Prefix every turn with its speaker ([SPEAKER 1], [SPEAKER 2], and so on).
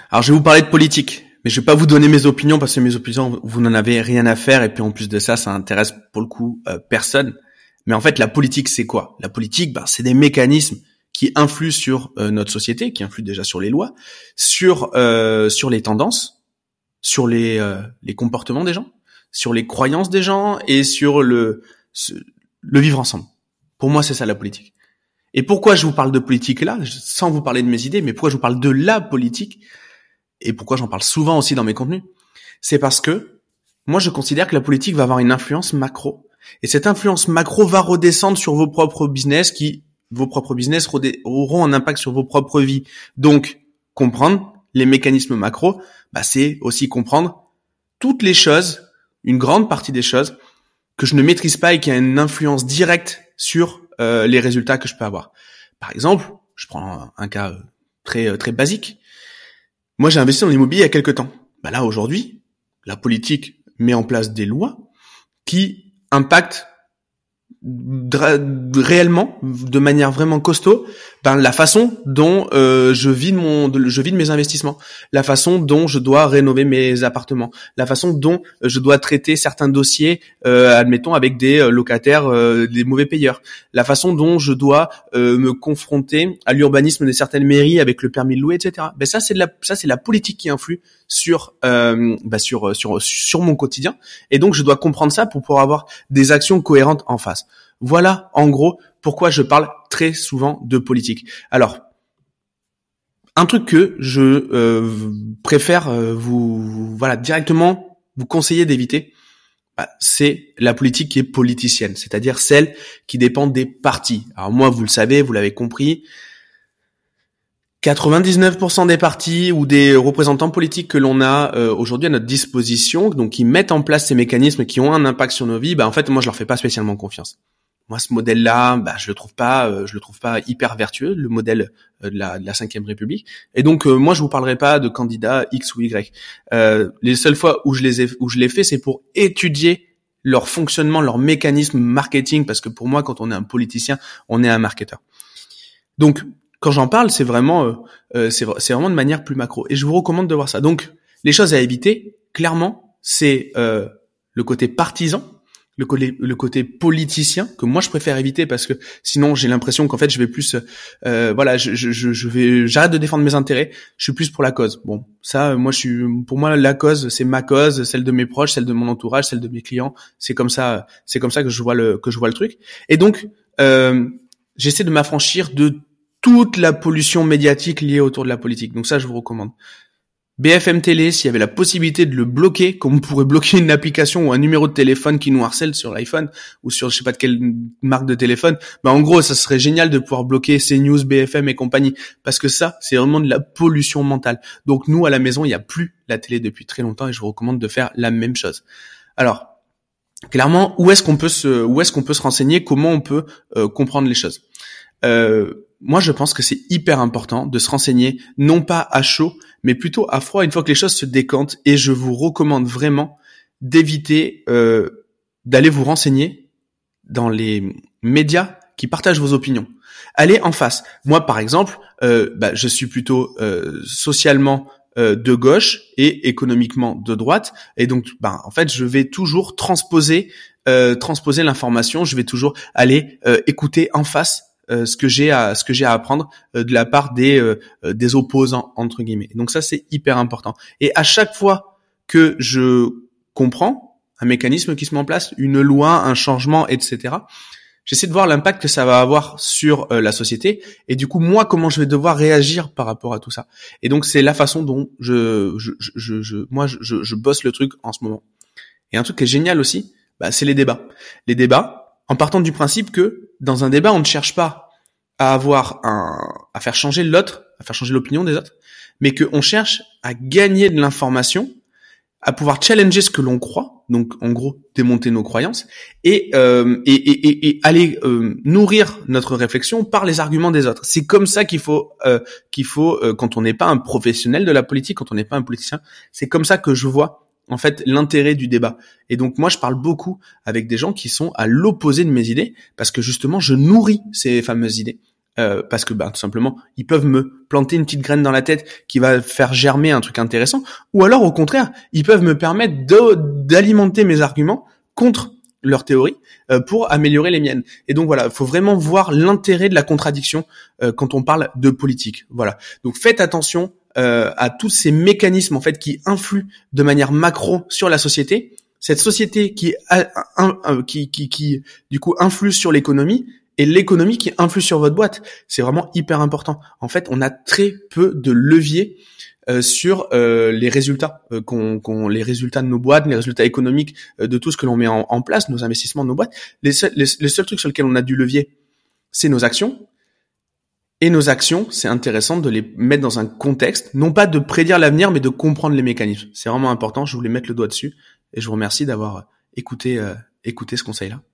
[SPEAKER 1] Alors, je vais vous parler de politique, mais je vais pas vous donner mes opinions parce que mes opinions, vous n'en avez rien à faire et puis en plus de ça, ça intéresse pour le coup personne. Mais en fait, la politique, c'est quoi? La politique, c'est des mécanismes qui influent sur notre société, qui influent déjà sur les lois, sur les tendances, sur les comportements des gens, sur les croyances des gens et sur le vivre ensemble. Pour moi, c'est ça la politique. Et pourquoi je vous parle de politique là, sans vous parler de mes idées, mais pourquoi je vous parle de la politique et pourquoi j'en parle souvent aussi dans mes contenus? C'est parce que moi, je considère que la politique va avoir une influence macro. Et cette influence macro va redescendre sur vos propres business auront un impact sur vos propres vies. Donc, comprendre les mécanismes macro, c'est aussi comprendre toutes les choses, une grande partie des choses que je ne maîtrise pas et qui a une influence directe sur les résultats que je peux avoir. Par exemple, je prends un cas très très basique. Moi, j'ai investi dans l'immobilier il y a quelques temps. Là, aujourd'hui, la politique met en place des lois qui impactent réellement, de manière vraiment costaud, la façon dont je vis de mes investissements, la façon dont je dois rénover mes appartements, la façon dont je dois traiter certains dossiers, admettons avec des locataires, des mauvais payeurs, la façon dont je dois me confronter à l'urbanisme de certaines mairies avec le permis de louer, etc. Ça c'est la politique qui influe sur mon quotidien, et donc je dois comprendre ça pour pouvoir avoir des actions cohérentes en face. Voilà, en gros, pourquoi je parle très souvent de politique. Alors, un truc que je préfère directement vous conseiller d'éviter, c'est la politique qui est politicienne, c'est-à-dire celle qui dépend des partis. Alors moi, vous le savez, vous l'avez compris, 99% des partis ou des représentants politiques que l'on a aujourd'hui à notre disposition, donc qui mettent en place ces mécanismes qui ont un impact sur nos vies, en fait, moi, je leur fais pas spécialement confiance. Moi, ce modèle-là, je le trouve pas hyper vertueux, le modèle de la Ve République. Et donc, moi, je vous parlerai pas de candidats X ou Y. Les seules fois où je l'ai fait, c'est pour étudier leur fonctionnement, leur mécanisme marketing, parce que pour moi, quand on est un politicien, on est un marketeur. Donc, quand j'en parle, c'est vraiment de manière plus macro. Et je vous recommande de voir ça. Donc, les choses à éviter, clairement, c'est le côté partisan, le côté politicien que moi je préfère éviter parce que sinon j'ai l'impression qu'en fait je vais plus j'arrête de défendre mes intérêts, je suis plus pour la cause. Bon, ça pour moi la cause c'est ma cause, celle de mes proches, celle de mon entourage, celle de mes clients, c'est comme ça que je vois le truc. Et donc j'essaie de m'affranchir de toute la pollution médiatique liée autour de la politique. Donc ça je vous recommande. BFM Télé, s'il y avait la possibilité de le bloquer, comme on pourrait bloquer une application ou un numéro de téléphone qui nous harcèle sur l'iPhone ou sur je sais pas de quelle marque de téléphone, en gros, ça serait génial de pouvoir bloquer CNews, BFM et compagnie, parce que ça, c'est vraiment de la pollution mentale. Donc nous, à la maison, il n'y a plus la télé depuis très longtemps et je vous recommande de faire la même chose. Alors, clairement, où est-ce qu'on peut se renseigner, comment on peut comprendre les choses. Moi, je pense que c'est hyper important de se renseigner, non pas à chaud, mais plutôt à froid, une fois que les choses se décantent. Et je vous recommande vraiment d'éviter d'aller vous renseigner dans les médias qui partagent vos opinions. Allez en face. Moi, par exemple, je suis plutôt socialement de gauche et économiquement de droite. Et donc, en fait, je vais toujours transposer l'information. Je vais toujours aller écouter en face ce que j'ai à apprendre de la part des opposants entre guillemets. Donc ça c'est hyper important. Et à chaque fois que je comprends un mécanisme qui se met en place, une loi, un changement, etc., j'essaie de voir l'impact que ça va avoir sur la société et du coup moi comment je vais devoir réagir par rapport à tout ça. Et donc c'est la façon dont je bosse le truc en ce moment. Et un truc qui est génial aussi, c'est les débats. Les débats, en partant du principe que dans un débat, on ne cherche pas à faire changer l'autre, à faire changer l'opinion des autres, mais qu'on cherche à gagner de l'information, à pouvoir challenger ce que l'on croit, donc en gros démonter nos croyances, et aller nourrir notre réflexion par les arguments des autres. C'est comme ça qu'il faut quand on n'est pas un professionnel de la politique, quand on n'est pas un politicien, c'est comme ça que je vois en fait l'intérêt du débat. Et donc moi je parle beaucoup avec des gens qui sont à l'opposé de mes idées parce que justement je nourris ces fameuses idées. parce que tout simplement ils peuvent me planter une petite graine dans la tête qui va faire germer un truc intéressant, ou alors au contraire ils peuvent me permettre d'alimenter mes arguments contre leur théorie pour améliorer les miennes. Et donc voilà, il faut vraiment voir l'intérêt de la contradiction quand on parle de politique. Voilà. Donc faites attention à tous ces mécanismes en fait qui influent de manière macro sur la société. Cette société qui du coup influe sur l'économie et l'économie qui influe sur votre boîte. C'est vraiment hyper important. En fait, on a très peu de leviers sur les résultats les résultats de nos boîtes, les résultats économiques de tout ce que l'on met en place, nos investissements de nos boîtes. Les seuls trucs sur lesquels on a du levier, c'est nos actions. Et nos actions, c'est intéressant de les mettre dans un contexte, non pas de prédire l'avenir, mais de comprendre les mécanismes. C'est vraiment important. Je voulais mettre le doigt dessus et je vous remercie d'avoir écouté ce conseil-là.